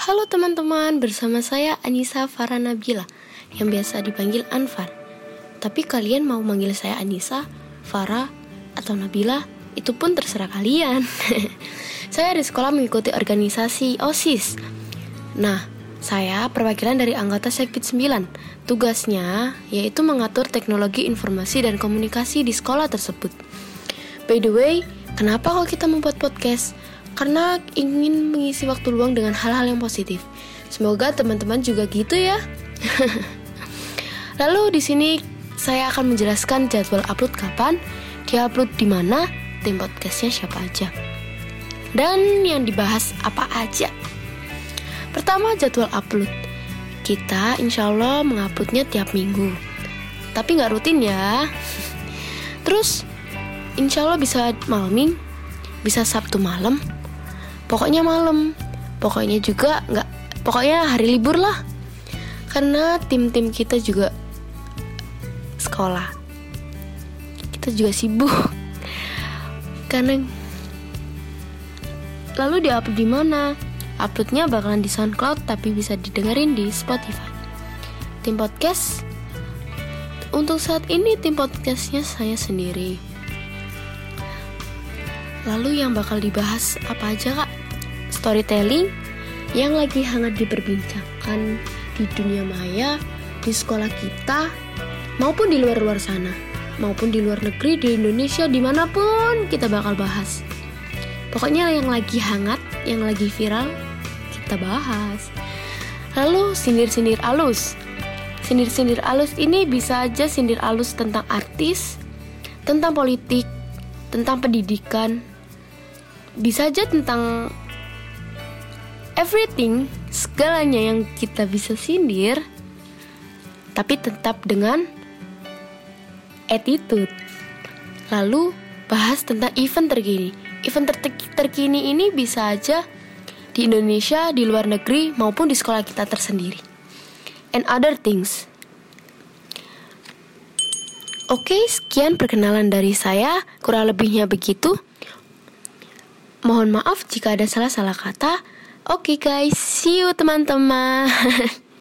Halo teman-teman, bersama saya Anissa Farah Nabila, yang biasa dipanggil Anfar. Tapi kalian mau manggil saya Anissa, Farah, atau Nabila, itu pun terserah kalian. Saya di sekolah mengikuti organisasi OSIS. Nah, saya perwakilan dari anggota Sekbid 9. Tugasnya yaitu mengatur teknologi informasi dan komunikasi di sekolah tersebut. By the way, kenapa kok kita membuat podcast? Karena ingin mengisi waktu luang dengan hal-hal yang positif. Semoga teman-teman juga gitu ya. Lalu di sini saya akan menjelaskan jadwal upload kapan, diupload di mana, tim podcastnya siapa aja, dan yang dibahas apa aja. Pertama, jadwal upload. Kita insya Allah menguploadnya tiap minggu, tapi nggak rutin ya. Terus insya Allah bisa malam, bisa Sabtu malam. Pokoknya malam. Pokoknya hari libur lah. Karena tim-tim kita juga sekolah. Kita juga sibuk. Lalu di-upload di mana? Uploadnya bakalan di SoundCloud, tapi bisa didengerin di Spotify. Tim podcast, untuk saat ini tim podcastnya saya sendiri. Lalu yang bakal dibahas apa aja kak? Storytelling yang lagi hangat diperbincangkan di dunia maya, di sekolah kita, maupun di luar sana, maupun di luar negeri, di Indonesia, dimanapun kita bakal bahas. Pokoknya yang lagi hangat, yang lagi viral, kita bahas. Lalu sindir-sindir alus. Sindir-sindir alus ini bisa aja sindir alus tentang artis, tentang politik, tentang pendidikan, bisa aja tentang everything, segalanya yang kita bisa sindir, tapi tetap dengan attitude. Lalu bahas tentang event terkini. Event terkini ini bisa aja di Indonesia, di luar negeri, maupun di sekolah kita tersendiri. And other things. Oke, sekian perkenalan dari saya. Kurang lebihnya begitu. Mohon maaf jika ada salah-salah kata. Oke guys, see you teman-teman.